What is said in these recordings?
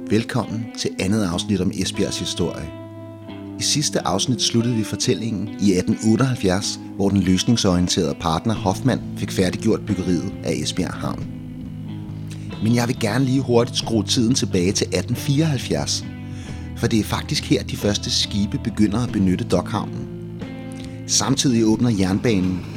Velkommen til andet afsnit om Esbjergs historie. I sidste afsnit sluttede vi fortællingen i 1878, hvor den løsningsorienterede partner Hoffmann fik færdiggjort byggeriet af Esbjerg Havn. Men jeg vil gerne lige hurtigt skrue tiden tilbage til 1874, for det er faktisk her de første skibe begynder at benytte Dokhavnen. Samtidig åbner jernbanen,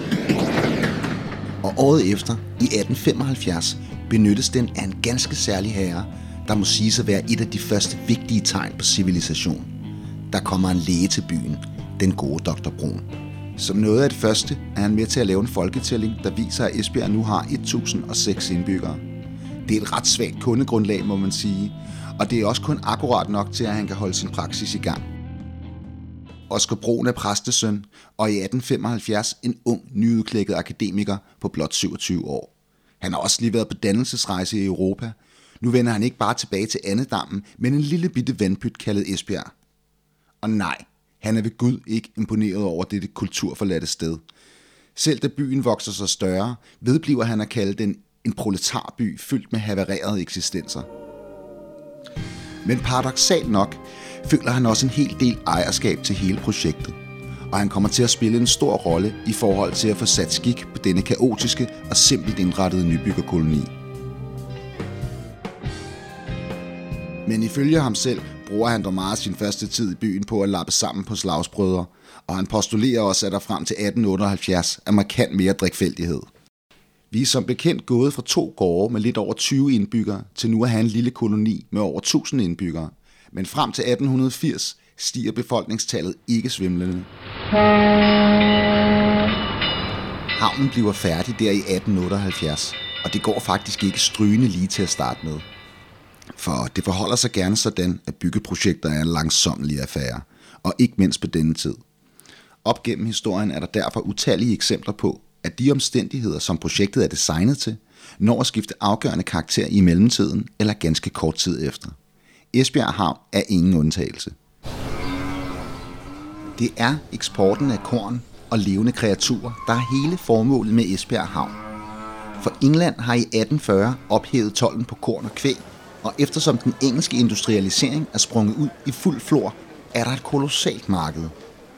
og året efter, i 1875, benyttes den af en ganske særlig herre, der må siges at være et af de første vigtige tegn på civilisation. Der kommer en læge til byen, den gode Dr. Brun. Som noget af det første er han med til at lave en folketælling, der viser, at Esbjerg nu har 1006 indbyggere. Det er et ret svagt kundegrundlag, må man sige, og det er også kun akkurat nok til, at han kan holde sin praksis i gang. Oscar Brun er præstesøn, og i 1875 en ung, nyudklækket akademiker på blot 27 år. Han har også lige været på dannelsesrejse i Europa. Nu vender han ikke bare tilbage til Annedammen, men en lille bitte vandpyt kaldet Esbjerg. Og nej, han er ved Gud ikke imponeret over dette kulturforladte sted. Selv da byen vokser sig større, vedbliver han at kalde den en proletarby fyldt med havarerede eksistenser. Men paradoksalt nok føler han også en hel del ejerskab til hele projektet, og han kommer til at spille en stor rolle i forhold til at få sat skik på denne kaotiske og simpelt indrettede nybyggerkoloni. Men ifølge ham selv bruger han dog meget sin første tid i byen på at lappe sammen på slagsbrødre, og han postulerer også, at der frem til 1878 er markant mere drikfældighed. Vi er som bekendt gået fra 2 gårde med lidt over 20 indbyggere til nu at have en lille koloni med over 1000 indbyggere. Men frem til 1880 stiger befolkningstallet ikke svimlende. Havnen bliver færdig der i 1878, og det går faktisk ikke strygende lige til at starte med. For det forholder sig gerne sådan, at byggeprojekter er en langsomlig affære, og ikke mindst på denne tid. Op gennem historien er der derfor utallige eksempler på, at de omstændigheder, som projektet er designet til, når at skifte afgørende karakter i mellemtiden eller ganske kort tid efter. Esbjerg Havn er ingen undtagelse. Det er eksporten af korn og levende kreaturer, der er hele formålet med Esbjerg Havn. For England har i 1840 ophævet tolden på korn og kvæg, og eftersom den engelske industrialisering er sprunget ud i fuld flor, er der et kolossalt marked.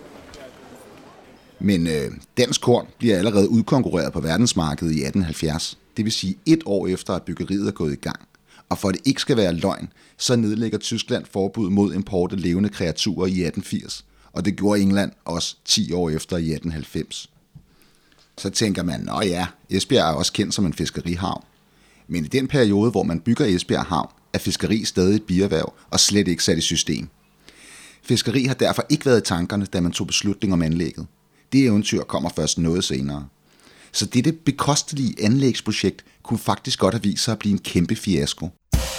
Men dansk korn bliver allerede udkonkurreret på verdensmarkedet i 1870, det vil sige 1 år efter, at byggeriet er gået i gang. Og for at det ikke skal være løgn, så nedlægger Tyskland forbud mod import af levende kreaturer i 1880, og det gjorde England også 10 år efter i 1890. Så tænker man, nå ja, Esbjerg er også kendt som en fiskerihavn. Men i den periode, hvor man bygger Esbjerg Havn, er fiskeri stadig et bierhverv og slet ikke sat i system. Fiskeri har derfor ikke været i tankerne, da man tog beslutning om anlægget. Det eventyr kommer først noget senere. Så dette bekostelige anlægsprojekt kunne faktisk godt have vist sig at blive en kæmpe fiasko.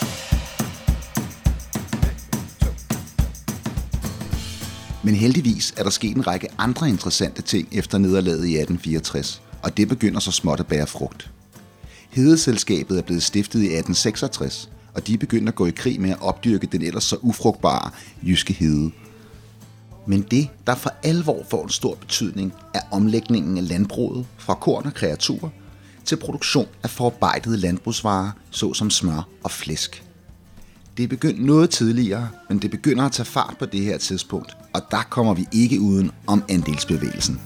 Men heldigvis er der sket en række andre interessante ting efter nederlaget i 1864, og det begynder så småt at bære frugt. Hedeselskabet er blevet stiftet i 1866, og de er begyndt at gå i krig med at opdyrke den ellers så ufrugtbare jyske hede. Men det, der for alvor får en stor betydning, er omlægningen af landbruget fra korn og kreaturer til produktion af forarbejdede landbrugsvarer, såsom smør og flæsk. Det er begyndt noget tidligere, men det begynder at tage fart på det her tidspunkt, og der kommer vi ikke uden om andelsbevægelsen.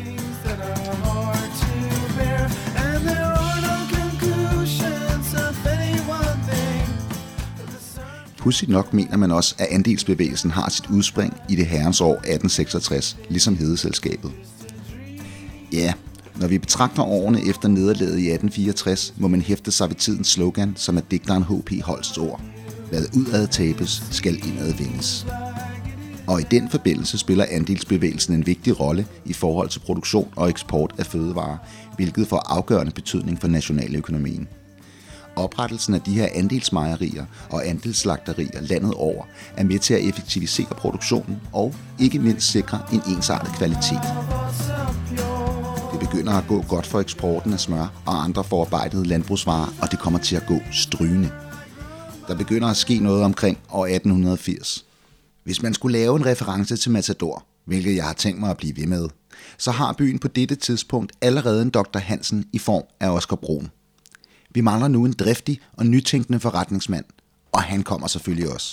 Pudsigt nok mener man også, at andelsbevægelsen har sit udspring i det herrens år 1866, ligesom Hedeselskabet. Ja, når vi betragter årene efter nederlaget i 1864, må man hæfte sig ved tidens slogan, som er digteren H.P. Holsts ord. Hvad udad tabes, skal indad vindes. Og i den forbindelse spiller andelsbevægelsen en vigtig rolle i forhold til produktion og eksport af fødevarer, hvilket får afgørende betydning for nationaløkonomien. Oprettelsen af de her andelsmejerier og andelsslagterier landet over er med til at effektivisere produktionen og ikke mindst sikre en ensartet kvalitet. Det begynder at gå godt for eksporten af smør og andre forarbejdede landbrugsvarer, og det kommer til at gå strygende. Der begynder at ske noget omkring år 1880. Hvis man skulle lave en reference til Matador, hvilket jeg har tænkt mig at blive ved med, så har byen på dette tidspunkt allerede en Dr. Hansen i form af Oscar Brun. Vi mangler nu en driftig og nytænkende forretningsmand, Og han kommer selvfølgelig også.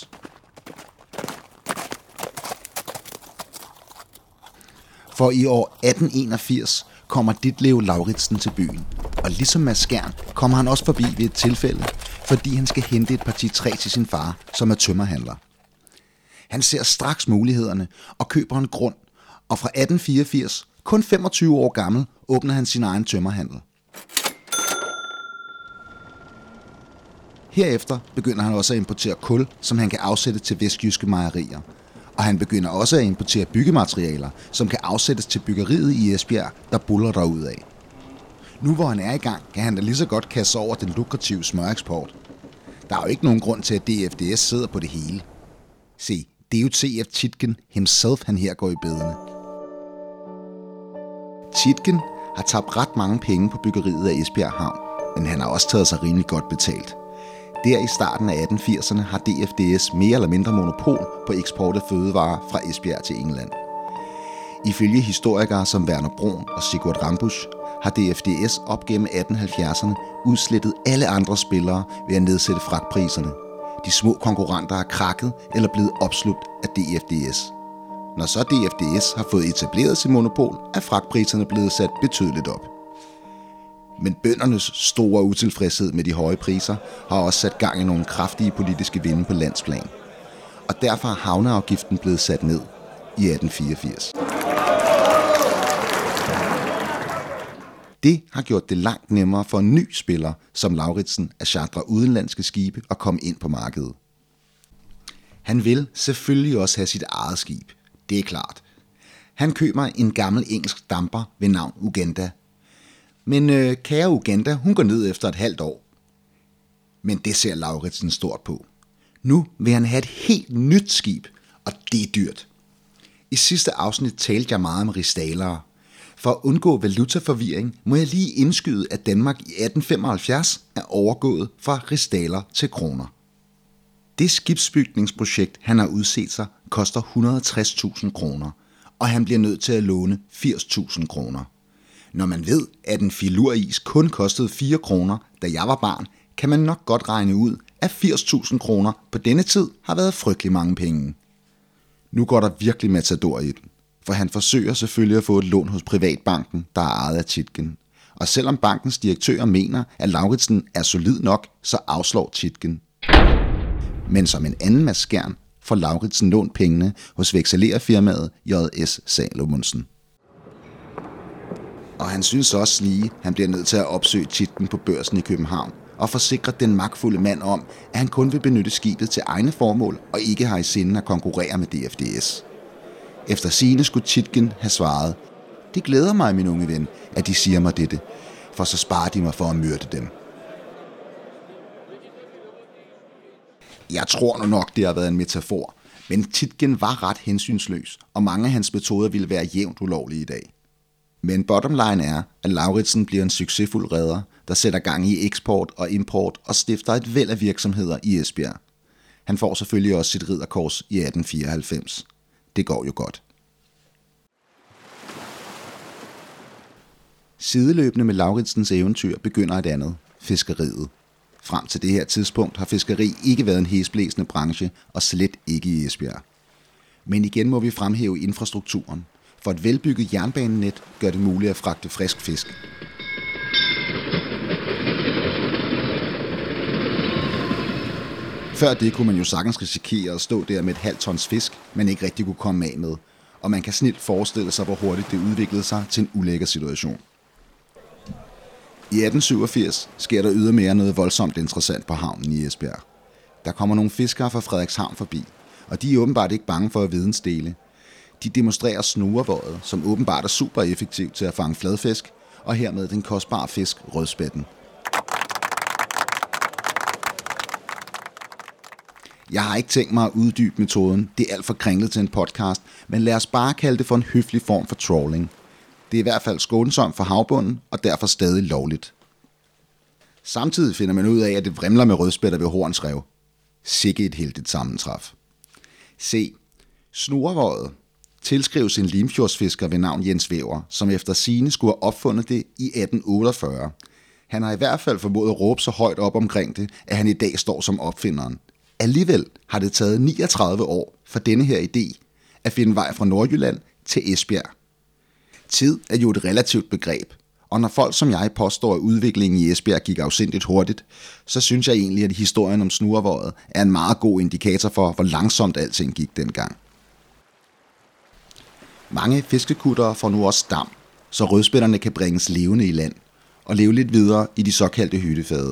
For i år 1881 kommer Ditlev Lauritzen til byen. Og ligesom Mads Skjern kommer han også forbi ved et tilfælde, fordi han skal hente et parti træ til sin far, som er tømmerhandler. Han ser straks mulighederne og køber en grund, og fra 1884, kun 25 år gammel, åbner han sin egen tømmerhandel. Herefter begynder han også at importere kul, som han kan afsætte til vestjyske mejerier. Og han begynder også at importere byggematerialer, som kan afsættes til byggeriet i Esbjerg, der buller derudad. Nu hvor han er i gang, kan han da lige så godt kaste over den lukrative smøreksport. Der er jo ikke nogen grund til, at DFDS sidder på det hele. Se, det er jo TF Tietgen himself, han her går i bedene. Tietgen har tabt ret mange penge på byggeriet af Esbjerg Havn, men han har også taget sig rimelig godt betalt. Der i starten af 1880'erne har DFDS mere eller mindre monopol på eksport af fødevarer fra Esbjerg til England. Ifølge historikere som Werner Brun og Sigurd Rambusch har DFDS op gennem 1870'erne udslettet alle andre spillere ved at nedsætte fragtpriserne. De små konkurrenter er krakket eller blevet opslugt af DFDS. Når så DFDS har fået etableret sit monopol, er fragtpriserne blevet sat betydeligt op. Men bøndernes store utilfredshed med de høje priser har også sat gang i nogle kraftige politiske vinde på landsplan. Og derfor er havneafgiften blevet sat ned i 1884. Det har gjort det langt nemmere for en ny spiller som Lauritzen at chartre udenlandske skibe og komme ind på markedet. Han vil selvfølgelig også have sit eget skib. Det er klart. Han køber en gammel engelsk damper ved navn Uganda. Men kære Uganda, hun går ned efter et halvt år. Men det ser Lauritzen stort på. Nu vil han have et helt nyt skib, og det er dyrt. I sidste afsnit talte jeg meget om rigsdalere. For at undgå valutaforvirring må jeg lige indskyde, at Danmark i 1875 er overgået fra rigsdaler til kroner. Det skibsbygningsprojekt, han har udset sig, koster 160.000 kroner, og han bliver nødt til at låne 80.000 kroner. Når man ved, at en filuris kun kostede 4 kroner, da jeg var barn, kan man nok godt regne ud, at 80.000 kroner på denne tid har været frygtelig mange penge. Nu går der virkelig matador i den, for han forsøger selvfølgelig at få et lån hos Privatbanken, der er ejet af Tietgen. Og selvom bankens direktør mener, at Lauritzen er solid nok, så afslår Tietgen. Men som en anden Mads Skjern får Lauritzen lånt pengene hos vekselererfirmaet J.S. Salomonsen. Og han synes også lige, han bliver nødt til at opsøge Tietgen på børsen i København og forsikre den magtfulde mand om, at han kun vil benytte skibet til egne formål og ikke har i sinde at konkurrere med DFDS. Efter sigende skulle Tietgen have svaret: "Det glæder mig, min unge ven, at de siger mig dette, for så sparer de mig for at myrde dem." Jeg tror nu nok, det har været en metafor, men Tietgen var ret hensynsløs, og mange af hans metoder ville være jævnt ulovlige i dag. Men bottom line er, at Lauritzen bliver en succesfuld redder, der sætter gang i eksport og import og stifter et væld af virksomheder i Esbjerg. Han får selvfølgelig også sit ridderkors i 1894. Det går jo godt. Sideløbende med Lauritzens eventyr begynder et andet, fiskeriet. Frem til det her tidspunkt har fiskeri ikke været en hæsblæsende branche, og slet ikke i Esbjerg. Men igen må vi fremhæve infrastrukturen, for et velbygget jernbanenet gør det muligt at fragte frisk fisk. Før det kunne man jo sagtens risikere at stå der med et halvt tons fisk, man ikke rigtig kunne komme af med, og man kan snilt forestille sig, hvor hurtigt det udviklede sig til en ulækker situation. I 1887 sker der ydermere noget voldsomt interessant på havnen i Esbjerg. Der kommer nogle fiskere fra Frederikshavn forbi, og de er åbenbart ikke bange for at vidensdele. De demonstrerer snurrevåget, som åbenbart er super effektivt til at fange fladfisk, og hermed den kostbare fisk rødspætten. Jeg har ikke tænkt mig at uddybe metoden, det er alt for kringlet til en podcast, men lad os bare kalde det for en høflig form for trawling. Det er i hvert fald skånsomt for havbunden, og derfor stadig lovligt. Samtidig finder man ud af, at det vrimler med rødspætter ved Hornsrev. Sikke et heldigt sammentræf. Se, snurrevåget tilskrives en limfjordsfisker ved navn Jens Væver, som efter sigende skulle have opfundet det i 1848. Han har i hvert fald formået at råbe så højt op omkring det, at han i dag står som opfinderen. Alligevel har det taget 39 år for denne her idé at finde vej fra Nordjylland til Esbjerg. Tid er jo et relativt begreb, og når folk som jeg påstår, at udviklingen i Esbjerg gik afsindigt hurtigt, så synes jeg egentlig, at historien om Snurrevodet er en meget god indikator for, hvor langsomt alting gik dengang. Mange fiskekuttere får nu også dam, så rødspætterne kan bringes levende i land og leve lidt videre i de såkaldte hyttefade.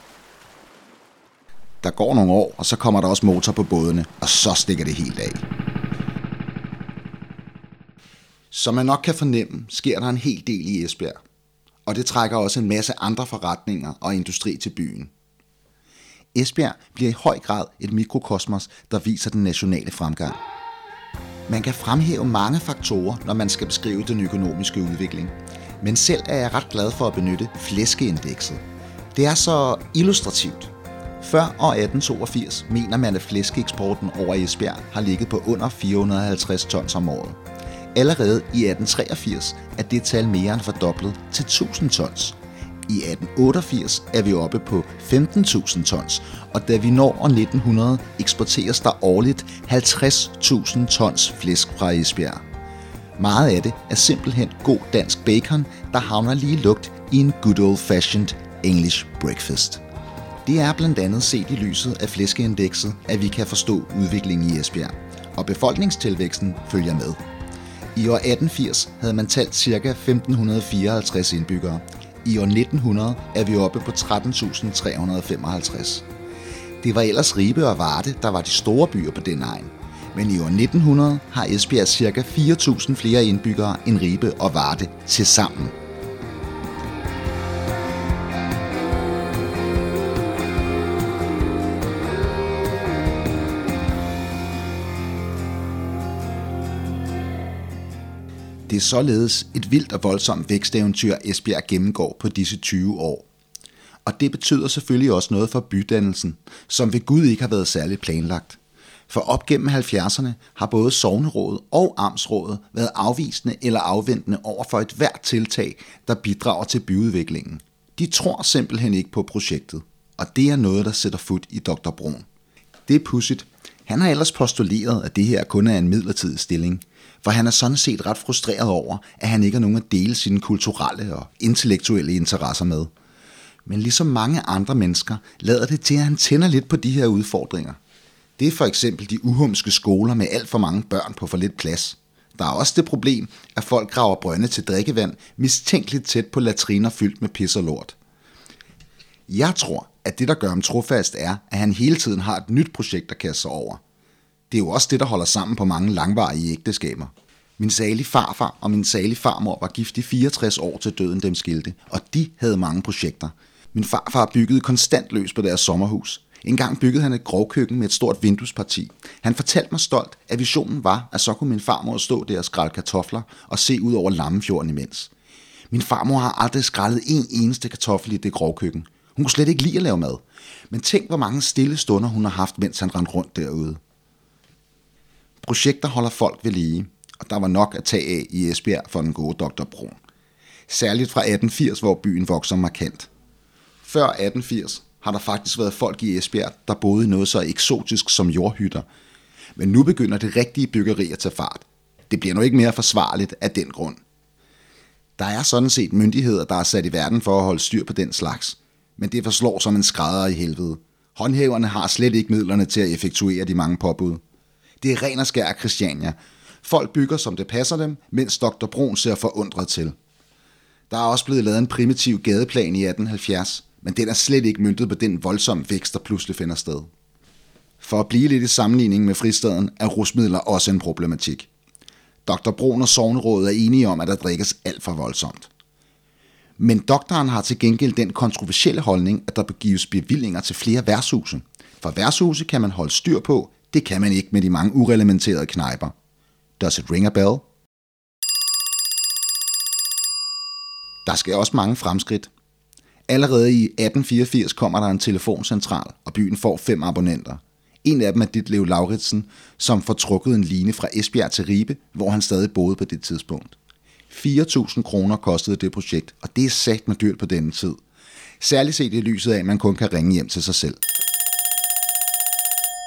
Der går nogle år, og så kommer der også motor på bådene, og så stikker det helt af. Som man nok kan fornemme, sker der en hel del i Esbjerg, og det trækker også en masse andre forretninger og industri til byen. Esbjerg bliver i høj grad et mikrokosmos, der viser den nationale fremgang. Man kan fremhæve mange faktorer, når man skal beskrive den økonomiske udvikling, men selv er jeg ret glad for at benytte flæskeindekset. Det er så illustrativt. Før år 1882 mener man, at flæskeeksporten over Esbjerg har ligget på under 450 tons om året. Allerede i 1883 er det tal mere end fordoblet til 1000 tons. I 1888 er vi oppe på 15.000 tons, og da vi når år 1900 eksporteres der årligt 50.000 tons flæsk fra Esbjerg. Meget af det er simpelthen god dansk bacon, der havner lige lugt i en good old-fashioned English breakfast. Det er blandt andet set i lyset af flæskeindekset, at vi kan forstå udviklingen i Esbjerg, og befolkningstilvæksten følger med. I år 1880 havde man talt ca. 1554 indbyggere. I år 1900 er vi oppe på 13.355. Det var ellers Ribe og Varde, der var de store byer på den egn. Men i år 1900 har Esbjerg ca. 4.000 flere indbyggere end Ribe og Varde tilsammen. Det er således et vildt og voldsomt væksteventyr, Esbjerg gennemgår på disse 20 år. Og det betyder selvfølgelig også noget for bydannelsen, som ved Gud ikke har været særligt planlagt. For op gennem 70'erne har både sognerådet og amtsrådet været afvisende eller afventende over for et hvert tiltag, der bidrager til byudviklingen. De tror simpelthen ikke på projektet, og det er noget, der sætter fod i Dr. Brun. Det er pudsigt. Han har ellers postuleret, at det her kun er en midlertidig stilling, for han er sådan set ret frustreret over, at han ikke har nogen at dele sine kulturelle og intellektuelle interesser med. Men ligesom mange andre mennesker lader det til, at han tænder lidt på de her udfordringer. Det er for eksempel de uhumske skoler med alt for mange børn på for lidt plads. Der er også det problem, at folk graver brønde til drikkevand mistænkeligt tæt på latriner fyldt med pis og lort. Jeg tror, at det, der gør ham trofast, er, at han hele tiden har et nyt projekt at kaste sig over. Det er jo også det, der holder sammen på mange langvarige ægteskaber. Min salige farfar og min salige farmor var gift i 64 år til døden dem skilte, og de havde mange projekter. Min farfar byggede konstant løs på deres sommerhus. En gang byggede han et grovkøkken med et stort vinduesparti. Han fortalte mig stolt, at visionen var, at så kunne min farmor stå der og skrælle kartofler og se ud over Lammefjorden imens. Min farmor har aldrig skrællet en eneste kartoffel i det grovkøkken. Hun kunne slet ikke lide at lave mad. Men tænk, hvor mange stille stunder hun har haft, mens han rendte rundt derude. Projekter holder folk ved lige, og der var nok at tage af i Esbjerg for den gode Dr. Brun. Særligt fra 1880, hvor byen vokser markant. Før 1880 har der faktisk været folk i Esbjerg, der boede i noget så eksotisk som jordhytter. Men nu begynder det rigtige byggeri at tage fart. Det bliver nu ikke mere forsvarligt af den grund. Der er sådan set myndigheder, der er sat i verden for at holde styr på den slags. Men det forslår som en skrædder i helvede. Håndhæverne har slet ikke midlerne til at effektuere de mange påbud. Det er ren og skær Christiania. Folk bygger, som det passer dem, mens Dr. Brun ser forundret til. Der er også blevet lavet en primitiv gadeplan i 1870, men den er slet ikke møntet på den voldsomme vækst, der pludselig finder sted. For at blive lidt i sammenligning med fristaden, er rusmidler også en problematik. Dr. Brun og sognerådet er enige om, at der drikkes alt for voldsomt. Men doktoren har til gengæld den kontroversielle holdning, at der bør gives bevillinger til flere værtshuse. For værtshuse kan man holde styr på, det kan man ikke med de mange ureglementerede knejper. Does it ring a bell? Der sker også mange fremskridt. Allerede i 1884 kommer der en telefoncentral, og byen får 5 abonnenter. En af dem er Ditlev Lauritsen, som får trukket en line fra Esbjerg til Ribe, hvor han stadig boede på det tidspunkt. 4.000 kroner kostede det projekt, og det er satme dyrt på denne tid. Særligt set i lyset af, at man kun kan ringe hjem til sig selv.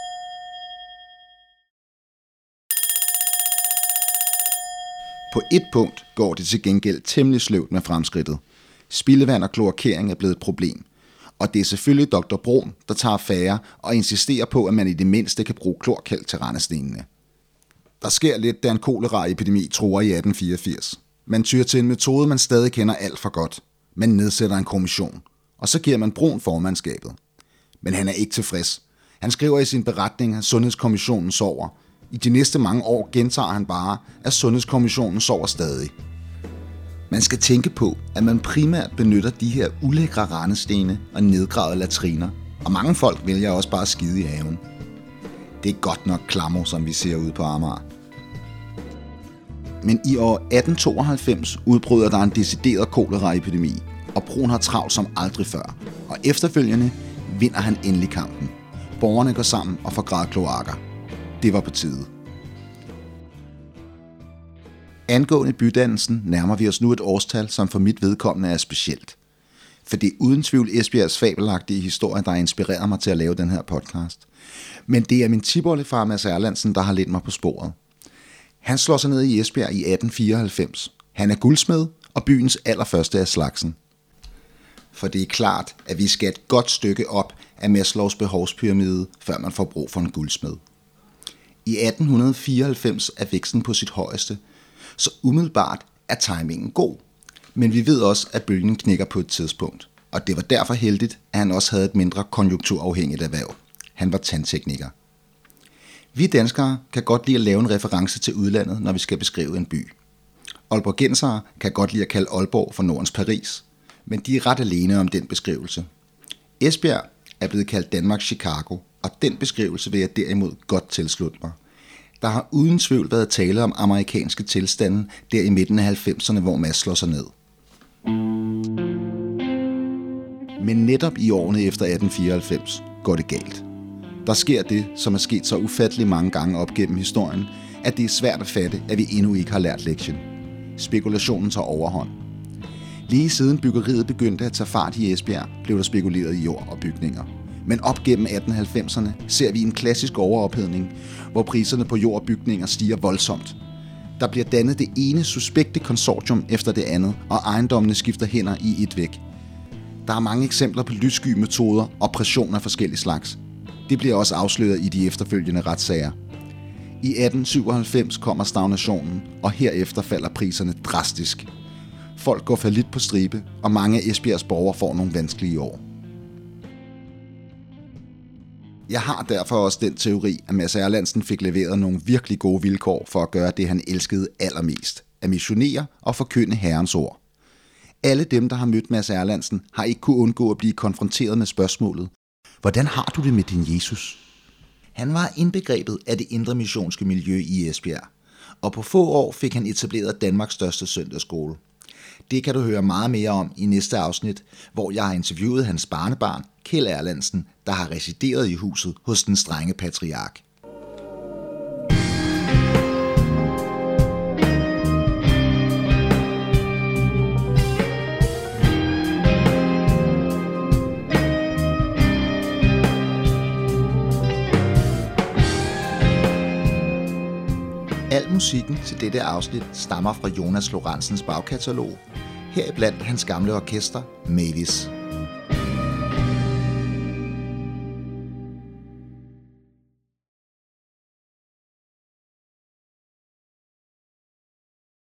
På et punkt går det til gengæld temmelig sløvt med fremskridtet. Spildevand og kloakering er blevet et problem. Og det er selvfølgelig Dr. Brun, der tager affære og insisterer på, at man i det mindste kan bruge klorkalk til rendestenene. Der sker lidt, da en koleraepidemi truer i 1884. Man tyr til en metode, man stadig kender alt for godt. Man nedsætter en kommission, og så giver man Brun formandskabet. Men han er ikke tilfreds. Han skriver i sin beretning, at Sundhedskommissionen sover. I de næste mange år gentager han bare, at Sundhedskommissionen sover stadig. Man skal tænke på, at man primært benytter de her ulækre rendestene og nedgravede latriner, og mange folk vælger også bare at skide i haven. Det er godt nok klammer, som vi ser ude på Amager. Men i år 1892 udbryder der en decideret koleraepidemi, og Brun har travlt som aldrig før, og efterfølgende vinder han endelig kampen. Borgerne går sammen og får gravet kloakker. Det var på tide. Angående bydannelsen nærmer vi os nu et årstal, som for mit vedkommende er specielt. For det er uden tvivl Esbjergs fabelagtige historie, der har inspireret mig til at lave den her podcast. Men det er min tipoldefar Mads Erlandsen, der har ledt mig på sporet. Han slår sig ned i Esbjerg i 1894. Han er guldsmed og byens allerførste af slagsen. For det er klart, at vi skal et godt stykke op af Maslows behovspyramide, før man får brug for en guldsmed. I 1894 er væksten på sit højeste, så umiddelbart er timingen god. Men vi ved også, at bølgen knækker på et tidspunkt, og det var derfor heldigt, at han også havde et mindre konjunkturafhængigt erhverv. Han var tandtekniker. Vi danskere kan godt lide at lave en reference til udlandet, når vi skal beskrive en by. Aalborgensere kan godt lide at kalde Aalborg for Nordens Paris, men de er ret alene om den beskrivelse. Esbjerg er blevet kaldt Danmarks Chicago, og den beskrivelse vil jeg derimod godt tilslutte mig. Der har uden tvivl været tale om amerikanske tilstande der i midten af 90'erne, hvor Mads slår sig ned. Men netop i årene efter 1894 går det galt. Der sker det, som er sket så ufattelig mange gange op gennem historien, at det er svært at fatte, at vi endnu ikke har lært lektien. Spekulationen tager overhånd. Lige siden byggeriet begyndte at tage fart i Esbjerg, blev der spekuleret i jord og bygninger. Men op gennem 1890'erne ser vi en klassisk overophedning, hvor priserne på jord og bygninger stiger voldsomt. Der bliver dannet det ene suspekte konsortium efter det andet, og ejendommene skifter hænder i et væk. Der er mange eksempler på lyssky metoder og pression af forskellige slags. Det bliver også afsløret i de efterfølgende retssager. I 1897 kommer stagnationen, og herefter falder priserne drastisk. Folk går fallit på stribe, og mange af Esbjergs borgere får nogle vanskelige år. Jeg har derfor også den teori, at Mads Erlandsen fik leveret nogle virkelig gode vilkår for at gøre det, han elskede allermest. At missionere og forkynde Herrens ord. Alle dem, der har mødt Mads Erlandsen, har ikke kunnet undgå at blive konfronteret med spørgsmålet: hvordan har du det med din Jesus? Han var indbegrebet af det indre missionske miljø i Esbjerg, og på få år fik han etableret Danmarks største søndagsskole. Det kan du høre meget mere om i næste afsnit, hvor jeg har interviewet hans barnebarn, Kjeld Erlandsen, der har resideret i huset hos den strenge patriark. Al musikken til dette afsnit stammer fra Jonas Lorentzens bagkatalog, heriblandt hans gamle orkester, Mavis.